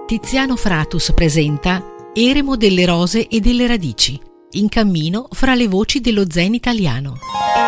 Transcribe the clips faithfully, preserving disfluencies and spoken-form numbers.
Tiziano Fratus presenta Eremo delle rose e delle radici, in cammino fra le voci dello zen italiano.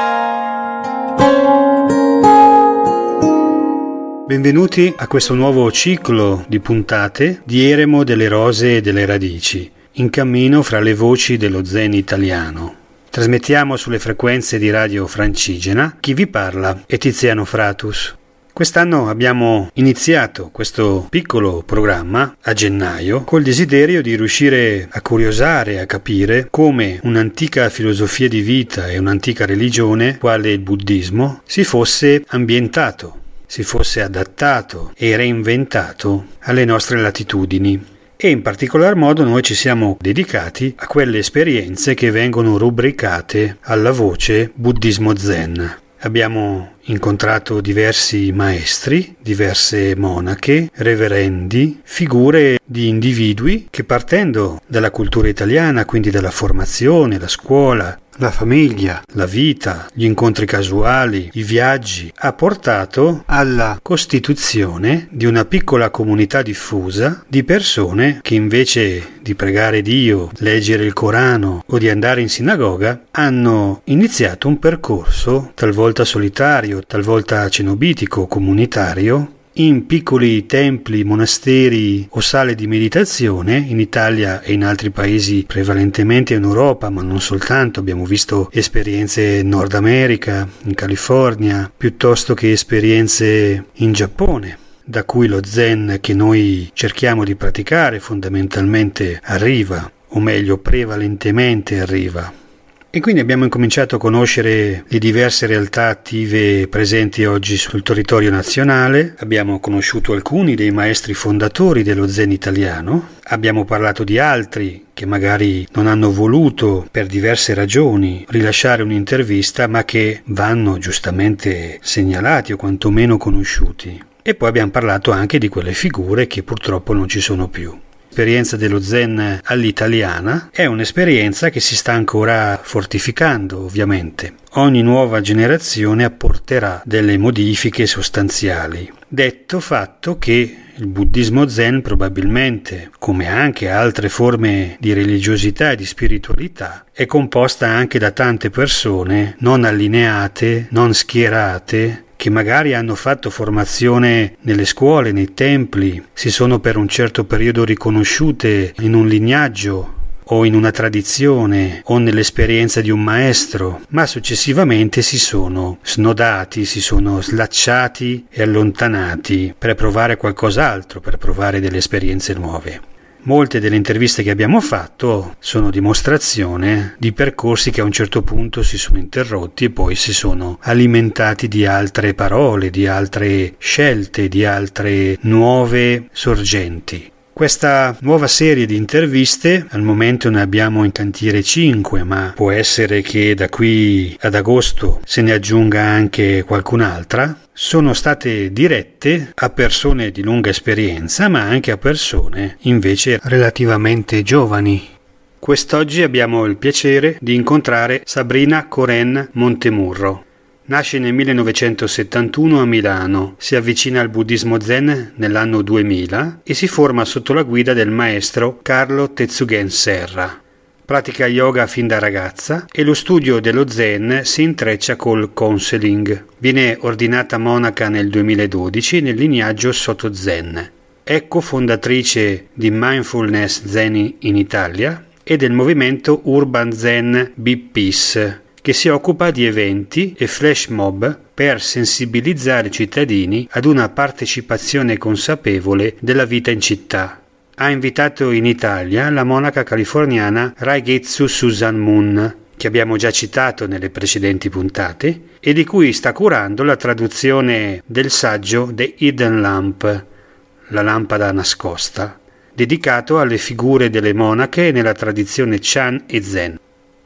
Benvenuti a questo nuovo ciclo di puntate di Eremo delle rose e delle radici, in cammino fra le voci dello zen italiano. Trasmettiamo sulle frequenze di Radio Francigena. Chi vi parla è Tiziano Fratus. Quest'anno abbiamo iniziato questo piccolo programma a gennaio col desiderio di riuscire a curiosare, a capire come un'antica filosofia di vita e un'antica religione, quale il buddismo, si fosse ambientato, si fosse adattato e reinventato alle nostre latitudini. E in particolar modo noi ci siamo dedicati a quelle esperienze che vengono rubricate alla voce buddismo zen. Abbiamo incontrato diversi maestri, diverse monache, reverendi, figure di individui che, partendo dalla cultura italiana, quindi dalla formazione, la scuola, la famiglia, la vita, gli incontri casuali, i viaggi, ha portato alla costituzione di una piccola comunità diffusa di persone che, invece di pregare Dio, leggere il Corano o di andare in sinagoga, hanno iniziato un percorso talvolta solitario, talvolta cenobitico, comunitario, in piccoli templi, monasteri o sale di meditazione in Italia e in altri paesi, prevalentemente in Europa, ma non soltanto. Abbiamo visto esperienze in Nord America, in California, piuttosto che esperienze in Giappone, da cui lo zen che noi cerchiamo di praticare fondamentalmente arriva, o meglio prevalentemente arriva. E quindi abbiamo incominciato a conoscere le diverse realtà attive presenti oggi sul territorio nazionale, abbiamo conosciuto alcuni dei maestri fondatori dello zen italiano, abbiamo parlato di altri che magari non hanno voluto per diverse ragioni rilasciare un'intervista, ma che vanno giustamente segnalati o quantomeno conosciuti. E poi abbiamo parlato anche di quelle figure che purtroppo non ci sono più. L'esperienza dello zen all'italiana è un'esperienza che si sta ancora fortificando, ovviamente. Ogni nuova generazione apporterà delle modifiche sostanziali. Detto fatto che il buddismo zen probabilmente, come anche altre forme di religiosità e di spiritualità, è composta anche da tante persone non allineate, non schierate, che magari hanno fatto formazione nelle scuole, nei templi, si sono per un certo periodo riconosciute in un lignaggio o in una tradizione o nell'esperienza di un maestro, ma successivamente si sono snodati, si sono slacciati e allontanati per provare qualcos'altro, per provare delle esperienze nuove. Molte delle interviste che abbiamo fatto sono dimostrazione di percorsi che a un certo punto si sono interrotti e poi si sono alimentati di altre parole, di altre scelte, di altre nuove sorgenti. Questa nuova serie di interviste, al momento ne abbiamo in cantiere cinque, ma può essere che da qui ad agosto se ne aggiunga anche qualcun'altra, sono state dirette a persone di lunga esperienza, ma anche a persone invece relativamente giovani. Quest'oggi abbiamo il piacere di incontrare Sabrina Koren Montemurro. Nasce nel millenovecentosettantuno a Milano, si avvicina al buddismo zen nell'anno duemila e si forma sotto la guida del maestro Carlo Tetsugen Serra. Pratica yoga fin da ragazza e lo studio dello zen si intreccia col counseling. Viene ordinata monaca nel duemiladodici nel lignaggio Soto Zen. È cofondatrice di Mindfulness Zen in Italia e del movimento Urban Zen Be Peace, che si occupa di eventi e flash mob per sensibilizzare i cittadini ad una partecipazione consapevole della vita in città. Ha invitato in Italia la monaca californiana Raigetsu Susan Moon, che abbiamo già citato nelle precedenti puntate, e di cui sta curando la traduzione del saggio The Hidden Lamp, la lampada nascosta, dedicato alle figure delle monache nella tradizione Chan e Zen.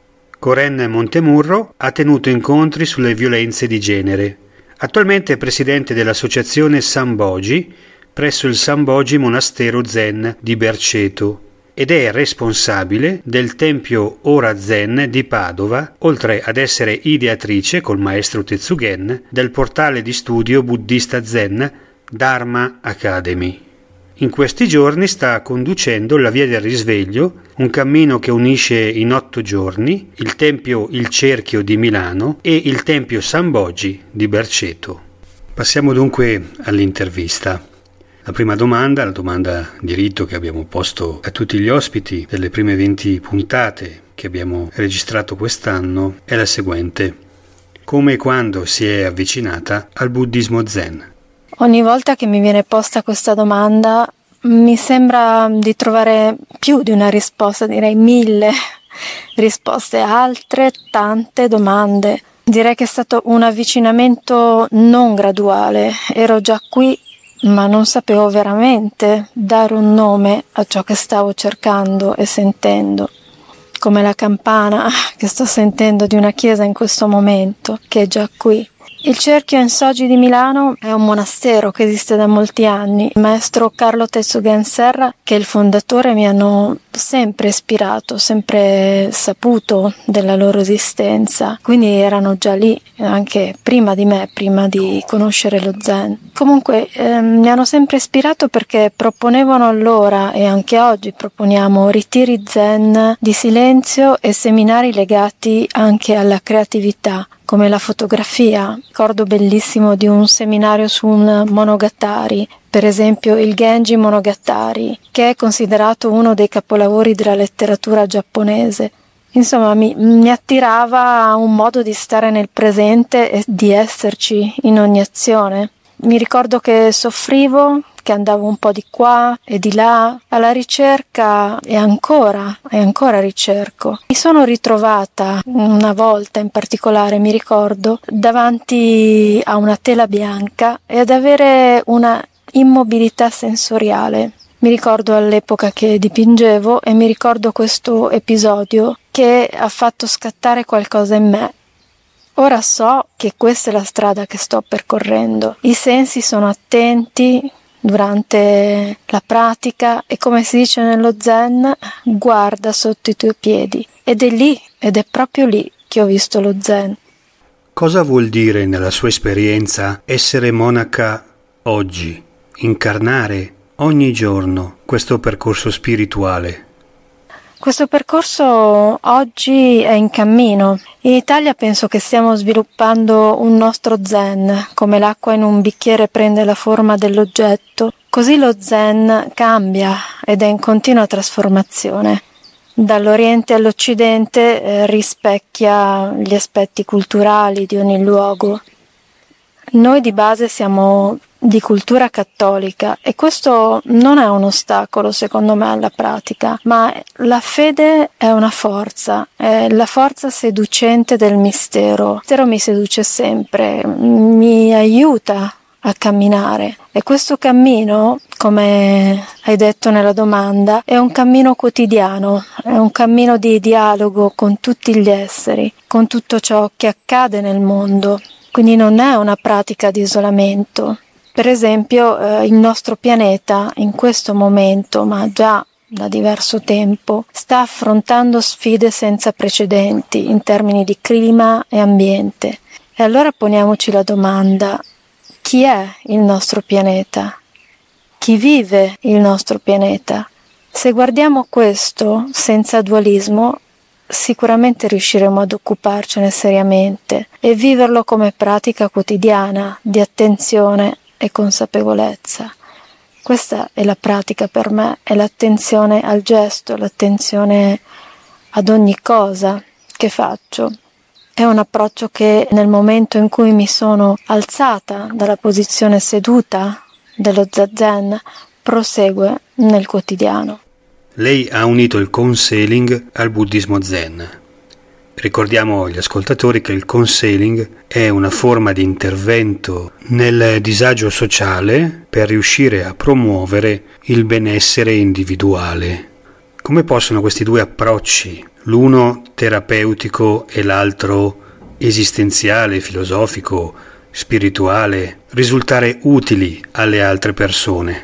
Koren Montemurro ha tenuto incontri sulle violenze di genere. Attualmente è presidente dell'associazione Samboji presso il Samboji Monastero Zen di Berceto ed è responsabile del Tempio Ora Zen di Padova, oltre ad essere ideatrice col maestro Tetsugen del portale di studio buddista Zen Dharma Academy. In questi giorni sta conducendo la Via del Risveglio, un cammino che unisce in otto giorni il Tempio Il Cerchio di Milano e il Tempio San Boggi di Berceto. Passiamo dunque all'intervista. La prima domanda, la domanda di rito che abbiamo posto a tutti gli ospiti delle prime venti puntate che abbiamo registrato quest'anno, è la seguente. Come e quando si è avvicinata al buddismo zen? Ogni volta che mi viene posta questa domanda mi sembra di trovare più di una risposta, direi mille risposte, altre tante domande. Direi che è stato un avvicinamento non graduale, ero già qui ma non sapevo veramente dare un nome a ciò che stavo cercando e sentendo. Come la campana che sto sentendo di una chiesa in questo momento, che è già qui. Il Cerchio Ensoji di Milano è un monastero che esiste da molti anni. Il maestro Carlo Tetsugen Serra, che è il fondatore, mi hanno sempre ispirato, sempre saputo della loro esistenza. Quindi erano già lì, anche prima di me, prima di conoscere lo Zen. Comunque eh, mi hanno sempre ispirato perché proponevano allora, e anche oggi proponiamo, ritiri Zen di silenzio e seminari legati anche alla creatività, come la fotografia. Ricordo bellissimo di un seminario su un monogatari, per esempio il Genji Monogatari, che è considerato uno dei capolavori della letteratura giapponese. Insomma, mi, mi attirava un modo di stare nel presente e di esserci in ogni azione. Mi ricordo che soffrivo, che andavo un po' di qua e di là alla ricerca e ancora e ancora ricerco. Mi sono ritrovata una volta in particolare, mi ricordo, davanti a una tela bianca e ad avere una immobilità sensoriale. Mi ricordo all'epoca che dipingevo e mi ricordo questo episodio che ha fatto scattare qualcosa in me. Ora so che questa è la strada che sto percorrendo. I sensi sono attenti durante la pratica e, come si dice nello Zen, guarda sotto i tuoi piedi. Ed è lì, ed è proprio lì che ho visto lo Zen. Cosa vuol dire nella sua esperienza essere monaca oggi, incarnare ogni giorno questo percorso spirituale? Questo percorso oggi è in cammino. In Italia penso che stiamo sviluppando un nostro Zen. Come l'acqua in un bicchiere prende la forma dell'oggetto, così lo Zen cambia ed è in continua trasformazione. Dall'Oriente all'Occidente eh, rispecchia gli aspetti culturali di ogni luogo. Noi di base siamo di cultura cattolica e questo non è un ostacolo secondo me alla pratica, ma la fede è una forza, è la forza seducente del mistero. Il mistero mi seduce sempre, mi aiuta a camminare e questo cammino, come hai detto nella domanda, è un cammino quotidiano, è un cammino di dialogo con tutti gli esseri, con tutto ciò che accade nel mondo, quindi non è una pratica di isolamento. Per esempio eh, il nostro pianeta in questo momento, ma già da diverso tempo, sta affrontando sfide senza precedenti in termini di clima e ambiente. E allora poniamoci la domanda: chi è il nostro pianeta? Chi vive il nostro pianeta? Se guardiamo questo senza dualismo, sicuramente riusciremo ad occuparcene seriamente e viverlo come pratica quotidiana di attenzione e consapevolezza. Questa è la pratica per me, è l'attenzione al gesto, l'attenzione ad ogni cosa che faccio. È un approccio che nel momento in cui mi sono alzata dalla posizione seduta dello zazen prosegue nel quotidiano. Lei ha unito il counseling al buddismo zen. Ricordiamo agli ascoltatori che il counseling è una forma di intervento nel disagio sociale per riuscire a promuovere il benessere individuale. Come possono questi due approcci, l'uno terapeutico e l'altro esistenziale, filosofico, spirituale, risultare utili alle altre persone?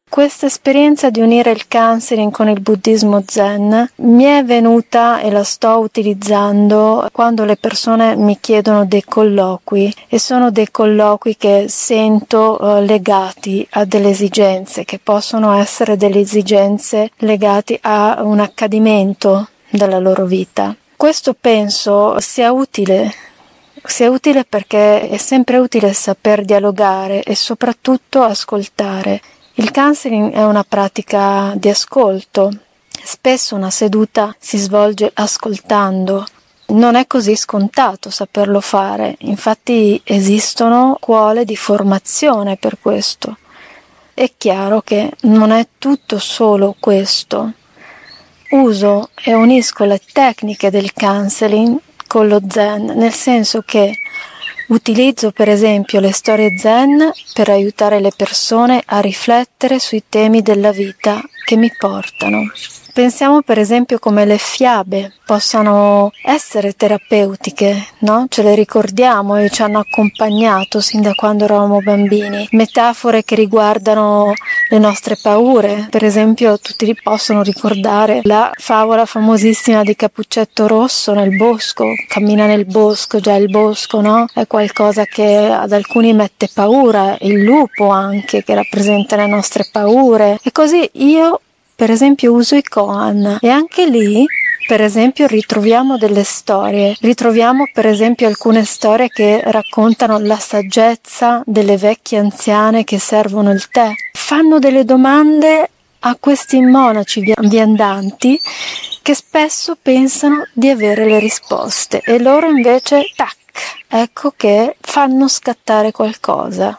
Questa esperienza di unire il counseling con il buddismo zen mi è venuta e la sto utilizzando quando le persone mi chiedono dei colloqui, e sono dei colloqui che sento uh, legati a delle esigenze, che possono essere delle esigenze legate a un accadimento della loro vita. Questo penso sia utile sia utile perché è sempre utile saper dialogare e soprattutto ascoltare. Il counseling è una pratica di ascolto. Spesso una seduta si svolge ascoltando. Non è così scontato saperlo fare, infatti esistono scuole di formazione per questo. È chiaro che non è tutto solo questo. Uso e unisco le tecniche del counseling con lo zen, nel senso che utilizzo per esempio le storie zen per aiutare le persone a riflettere sui temi della vita che mi portano. Pensiamo per esempio come le fiabe possano essere terapeutiche, no? Ce le ricordiamo e ci hanno accompagnato sin da quando eravamo bambini. Metafore che riguardano le nostre paure. Per esempio tutti possono ricordare la favola famosissima di Cappuccetto Rosso nel bosco. Cammina nel bosco, già il bosco, no? È qualcosa che ad alcuni mette paura. Il lupo anche, che rappresenta le nostre paure. E così io per esempio uso i koan e anche lì per esempio ritroviamo delle storie, ritroviamo per esempio alcune storie che raccontano la saggezza delle vecchie anziane che servono il tè, fanno delle domande a questi monaci viandanti che spesso pensano di avere le risposte e loro invece tac, ecco che fanno scattare qualcosa.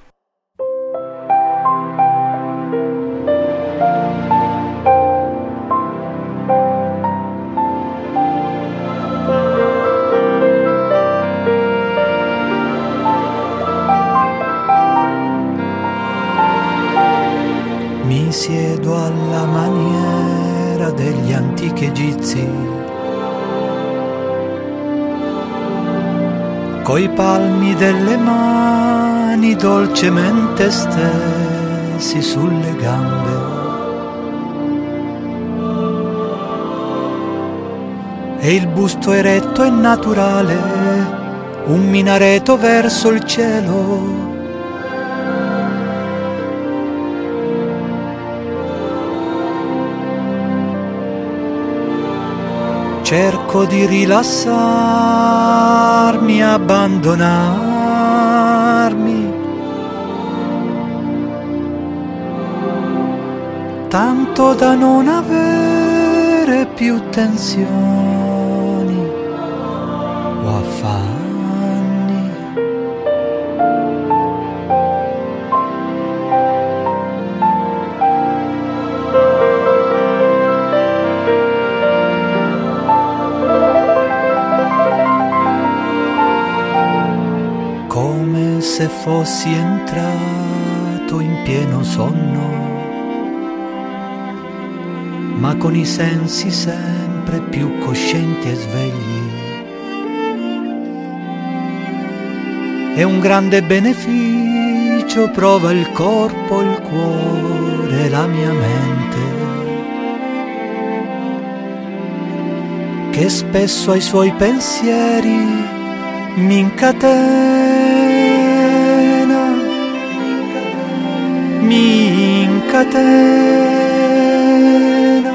Mi siedo alla maniera degli antichi egizi, coi palmi delle mani dolcemente stesi sulle gambe. E il busto eretto e naturale, un minareto verso il cielo. Cerco di rilassarmi, abbandonarmi, tanto da non avere più tensioni o affanni. Se fossi entrato in pieno sonno, ma con i sensi sempre più coscienti e svegli. È un grande beneficio, prova il corpo, il cuore, la mia mente, che spesso ai suoi pensieri mi incatena, mi incatena.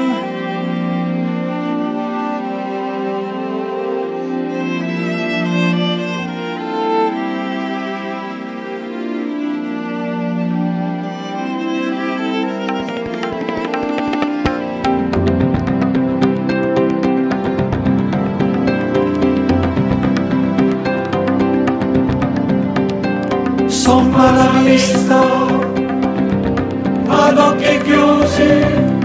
Somma la vista ad occhi chiusi,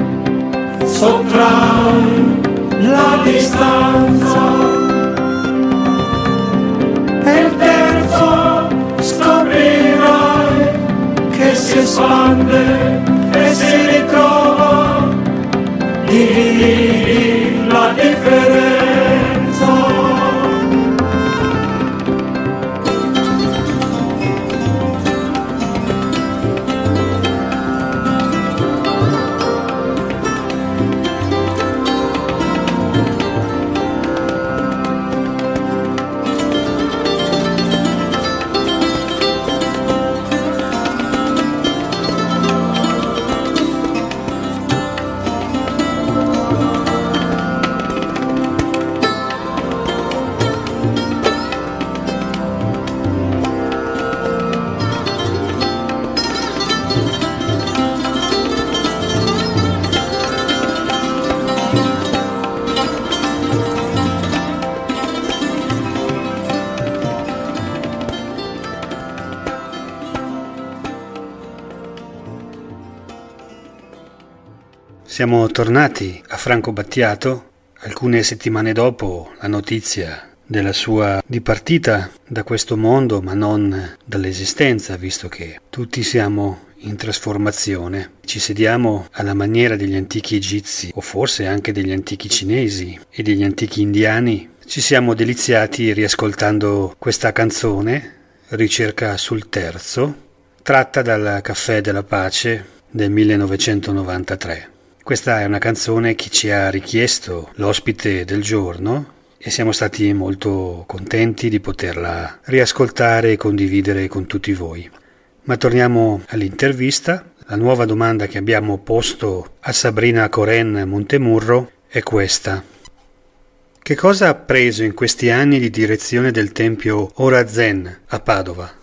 sottrai la distanza, e il terzo scoprirai che si espande e si ritrova, dividi la differenza. Siamo tornati a Franco Battiato, alcune settimane dopo la notizia della sua dipartita da questo mondo, ma non dall'esistenza, visto che tutti siamo in trasformazione. Ci sediamo alla maniera degli antichi egizi, o forse anche degli antichi cinesi e degli antichi indiani. Ci siamo deliziati riascoltando questa canzone, Ricerca sul terzo, tratta dal Caffè della Pace del millenovecentonovantatré. Questa è una canzone che ci ha richiesto l'ospite del giorno e siamo stati molto contenti di poterla riascoltare e condividere con tutti voi. Ma torniamo all'intervista. La nuova domanda che abbiamo posto a Sabrina Coren Montemurro è questa. Che cosa ha preso in questi anni di direzione del Tempio Ora Zen a Padova?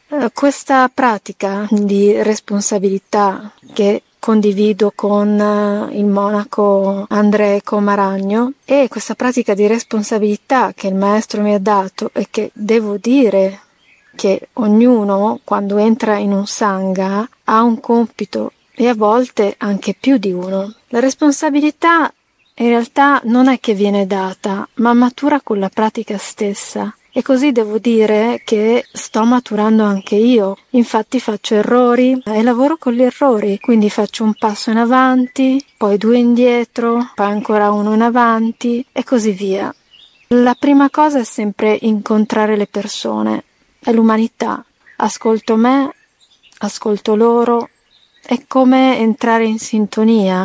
Questa pratica di responsabilità che condivido con il monaco André Comaragno e questa pratica di responsabilità che il maestro mi ha dato e che devo dire che ognuno quando entra in un sangha ha un compito e a volte anche più di uno. La responsabilità in realtà non è che viene data, ma matura con la pratica stessa. E così devo dire che sto maturando anche io. Infatti faccio errori e lavoro con gli errori, quindi faccio un passo in avanti, poi due indietro, poi ancora uno in avanti e così via. La prima cosa è sempre incontrare le persone, è l'umanità. Ascolto me, ascolto loro, è come entrare in sintonia,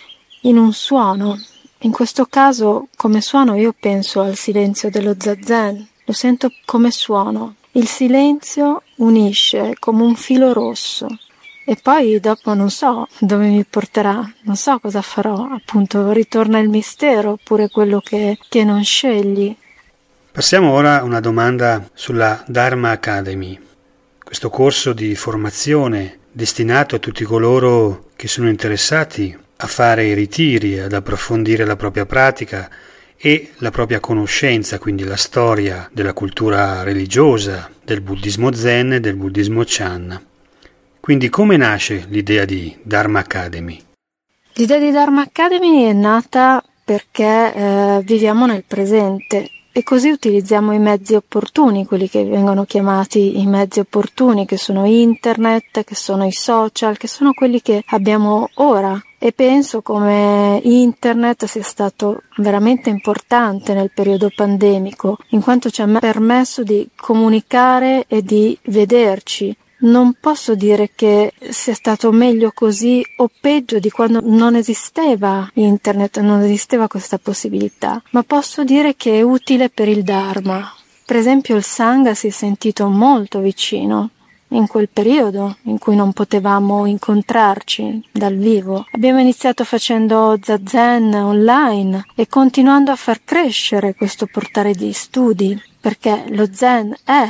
in un suono. In questo caso, come suono, io penso al silenzio dello zazen. Lo sento come suono. Il silenzio unisce come un filo rosso. E poi dopo non so dove mi porterà, non so cosa farò. Appunto, ritorna il mistero, oppure quello che, che non scegli. Passiamo ora a una domanda sulla Dharma Academy. Questo corso di formazione destinato a tutti coloro che sono interessati a fare i ritiri, ad approfondire la propria pratica e la propria conoscenza, quindi la storia della cultura religiosa, del buddismo zen e del buddismo chan. Quindi come nasce l'idea di Dharma Academy? L'idea di Dharma Academy è nata perché eh, viviamo nel presente e così utilizziamo i mezzi opportuni, quelli che vengono chiamati i mezzi opportuni, che sono internet, che sono i social, che sono quelli che abbiamo ora. E penso come internet sia stato veramente importante nel periodo pandemico, in quanto ci ha permesso di comunicare e di vederci. Non posso dire che sia stato meglio così o peggio di quando non esisteva internet, non esisteva questa possibilità, ma posso dire che è utile per il Dharma. Per esempio il Sangha si è sentito molto vicino in quel periodo in cui non potevamo incontrarci dal vivo. Abbiamo iniziato facendo zazen online e continuando a far crescere questo portale di studi, perché lo zen è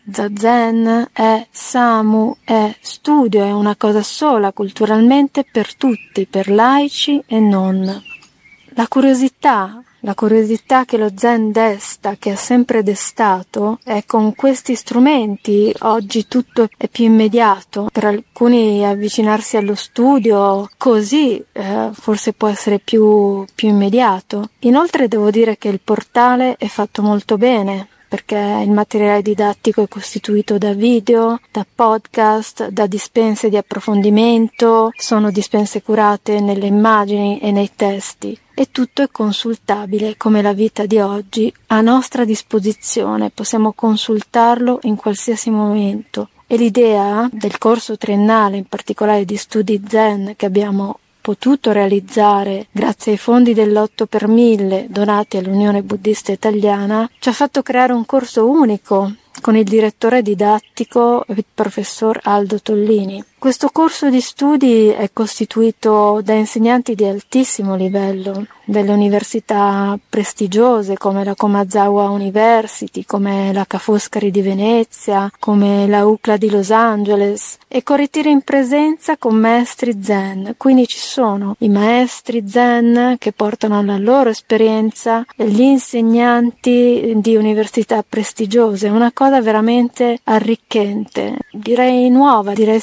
zazen, è samu, è studio, è una cosa sola culturalmente per tutti, per laici e non. La curiosità La curiosità che lo zen desta, che ha sempre destato, è con questi strumenti. Oggi tutto è più immediato. Per alcuni avvicinarsi allo studio così eh, forse può essere più, più immediato. Inoltre devo dire che il portale è fatto molto bene, perché il materiale didattico è costituito da video, da podcast, da dispense di approfondimento, sono dispense curate nelle immagini e nei testi. E tutto è consultabile come la vita di oggi a nostra disposizione, possiamo consultarlo in qualsiasi momento. E l'idea del corso triennale, in particolare di studi Zen, che abbiamo potuto realizzare grazie ai fondi dell'otto per mille donati all'Unione Buddista Italiana, ci ha fatto creare un corso unico con il direttore didattico, il professor Aldo Tollini. Questo corso di studi è costituito da insegnanti di altissimo livello, delle università prestigiose come la Komazawa University, come la Ca' Foscari di Venezia, come la U C L A di Los Angeles, e con ritiri in presenza con maestri zen. Quindi ci sono i maestri zen che portano la loro esperienza e gli insegnanti di università prestigiose. È una cosa veramente arricchente, direi nuova, direi speciale,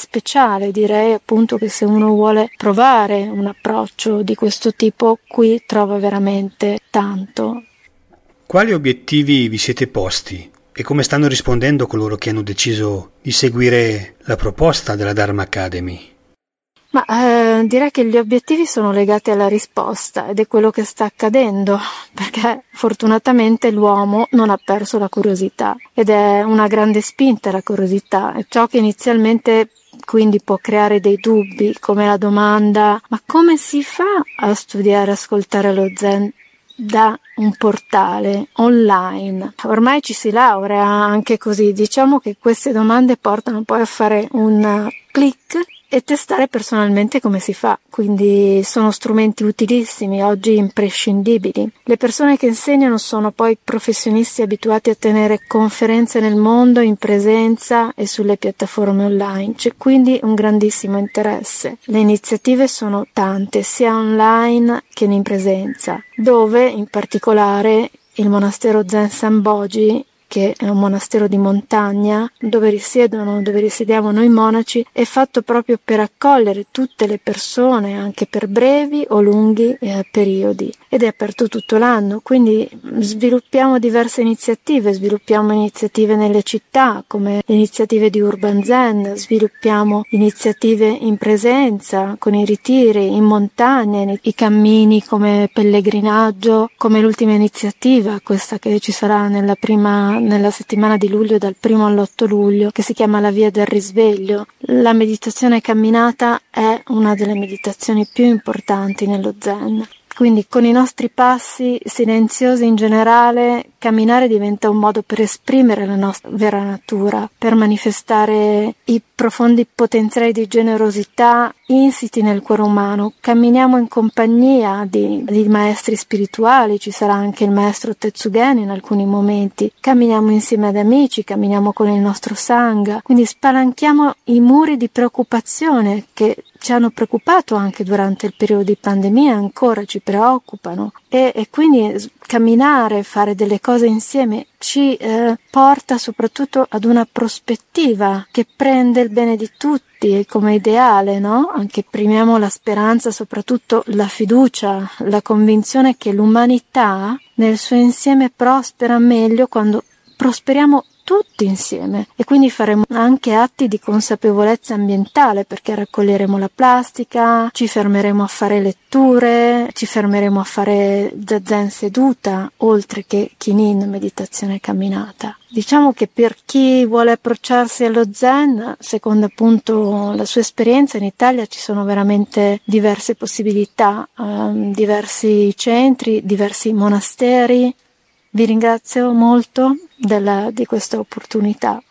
generale direi appunto che se uno vuole provare un approccio di questo tipo, qui trova veramente tanto. Quali obiettivi vi siete posti e come stanno rispondendo coloro che hanno deciso di seguire la proposta della Dharma Academy? Ma eh, direi che gli obiettivi sono legati alla risposta ed è quello che sta accadendo, perché fortunatamente l'uomo non ha perso la curiosità ed è una grande spinta la curiosità, è ciò che inizialmente quindi può creare dei dubbi, come la domanda: ma come si fa a studiare, ascoltare lo Zen da un portale online? Ormai ci si laurea anche così, diciamo che queste domande portano poi a fare un click e testare personalmente come si fa, quindi sono strumenti utilissimi, oggi imprescindibili. Le persone che insegnano sono poi professionisti abituati a tenere conferenze nel mondo in presenza e sulle piattaforme online, c'è quindi un grandissimo interesse. Le iniziative sono tante, sia online che in presenza, dove in particolare il monastero Zen Samboji, che è un monastero di montagna dove risiedono, dove risiediamo noi monaci, è fatto proprio per accogliere tutte le persone, anche per brevi o lunghi eh, periodi, ed è aperto tutto l'anno, quindi sviluppiamo diverse iniziative, sviluppiamo iniziative nelle città come le iniziative di Urban Zen, sviluppiamo iniziative in presenza con i ritiri in montagna, i cammini come pellegrinaggio, come l'ultima iniziativa, questa che ci sarà nella prima nella settimana di luglio dal primo all'otto luglio, che si chiama la via del risveglio. La meditazione camminata è una delle meditazioni più importanti nello Zen. Quindi con i nostri passi silenziosi in generale, camminare diventa un modo per esprimere la nostra vera natura, per manifestare i profondi potenziali di generosità insiti nel cuore umano. Camminiamo in compagnia di, di maestri spirituali, ci sarà anche il maestro Tetsugen in alcuni momenti, camminiamo insieme ad amici, camminiamo con il nostro Sangha, quindi spalanchiamo i muri di preoccupazione che ci hanno preoccupato anche durante il periodo di pandemia, ancora ci preoccupano, e, e quindi camminare, fare delle cose insieme ci eh, porta soprattutto ad una prospettiva che prende il bene di tutti come ideale, no? Anche primiamo la speranza, soprattutto la fiducia, la convinzione che l'umanità nel suo insieme prospera meglio quando prosperiamo tutti insieme, e quindi faremo anche atti di consapevolezza ambientale, perché raccoglieremo la plastica, ci fermeremo a fare letture, ci fermeremo a fare zazen seduta, oltre che kinin, meditazione camminata. Diciamo che per chi vuole approcciarsi allo Zen, secondo appunto la sua esperienza, in Italia ci sono veramente diverse possibilità, ehm, diversi centri, diversi monasteri. Vi ringrazio molto della, di questa opportunità.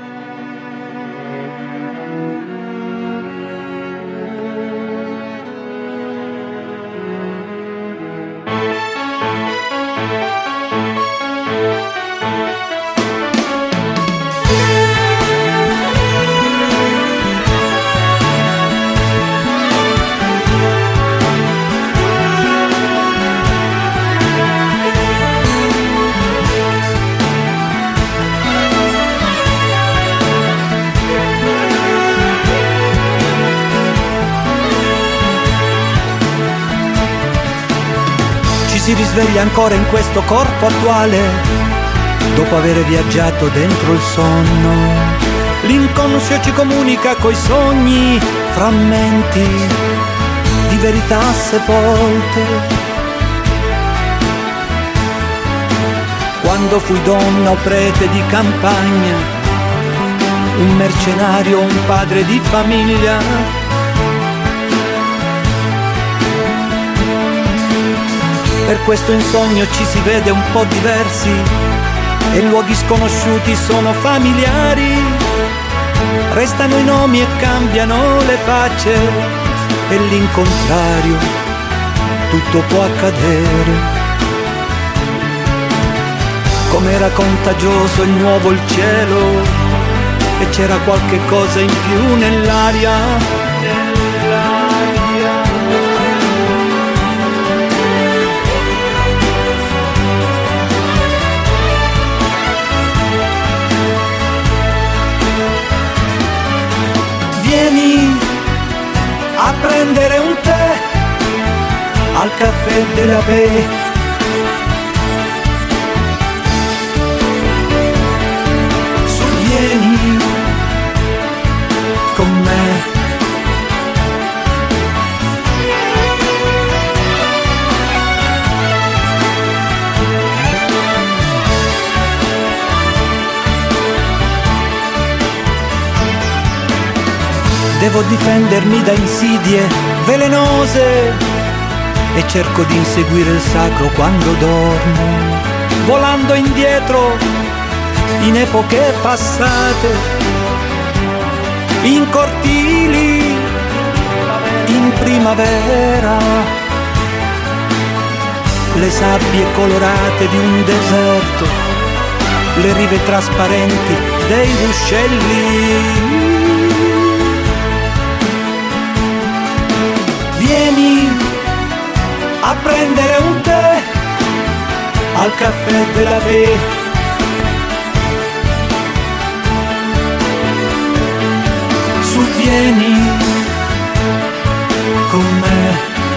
Si risveglia ancora in questo corpo attuale, dopo aver viaggiato dentro il sonno. L'inconscio ci comunica coi sogni, frammenti di verità sepolte. Quando fui donna o prete di campagna, un mercenario, un padre di famiglia, per questo in sogno ci si vede un po' diversi e luoghi sconosciuti sono familiari. Restano i nomi e cambiano le facce, e l'incontrario tutto può accadere. Com'era contagioso il nuovo il cielo, e c'era qualche cosa in più nell'aria. Vieni, a prendere un tè al caffè della Baie. Su, vieni con me. Devo difendermi da insidie velenose e cerco di inseguire il sacro quando dormo, volando indietro in epoche passate, in cortili, in primavera, le sabbie colorate di un deserto, le rive trasparenti dei ruscelli. Vieni a prendere un tè al caffè della Baie. Su, vieni con me.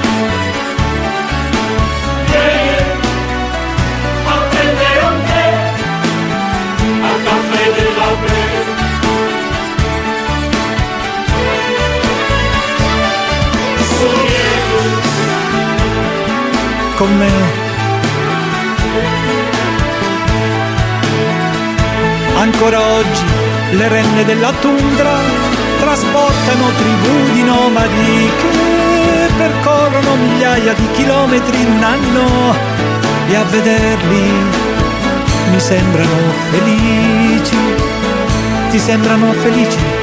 Vieni a prendere un tè al caffè della Baie. Con me. Ancora oggi le renne della tundra trasportano tribù di nomadi che percorrono migliaia di chilometri in un anno, e a vederli mi sembrano felici. Ti sembrano felici?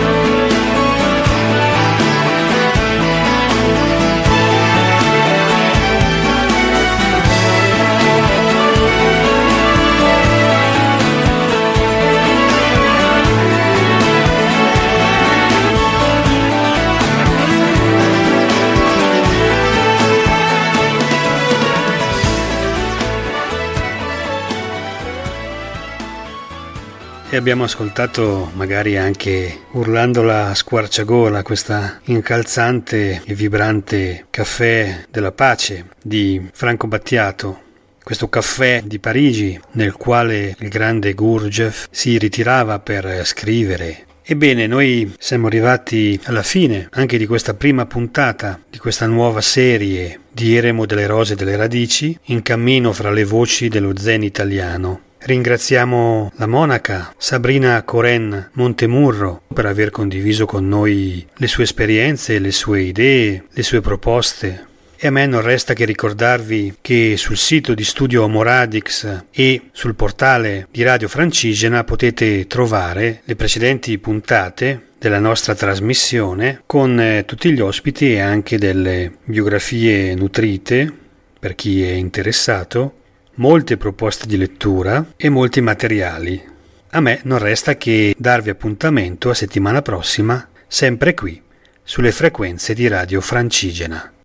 E abbiamo ascoltato, magari anche urlandola a squarciagola, questa incalzante e vibrante Caffè della Pace di Franco Battiato, questo caffè di Parigi nel quale il grande Gurdjieff si ritirava per scrivere. Ebbene, noi siamo arrivati alla fine anche di questa prima puntata di questa nuova serie di Eremo delle Rose e delle Radici, in cammino fra le voci dello zen italiano. Ringraziamo la monaca Sabrina Coren Montemurro per aver condiviso con noi le sue esperienze, le sue idee, le sue proposte. E a me non resta che ricordarvi che sul sito di Studio Homo Radix e sul portale di Radio Francigena potete trovare le precedenti puntate della nostra trasmissione con eh, tutti gli ospiti e anche delle biografie nutrite per chi è interessato, molte proposte di lettura e molti materiali. A me non resta che darvi appuntamento a settimana prossima, sempre qui, sulle frequenze di Radio Francigena.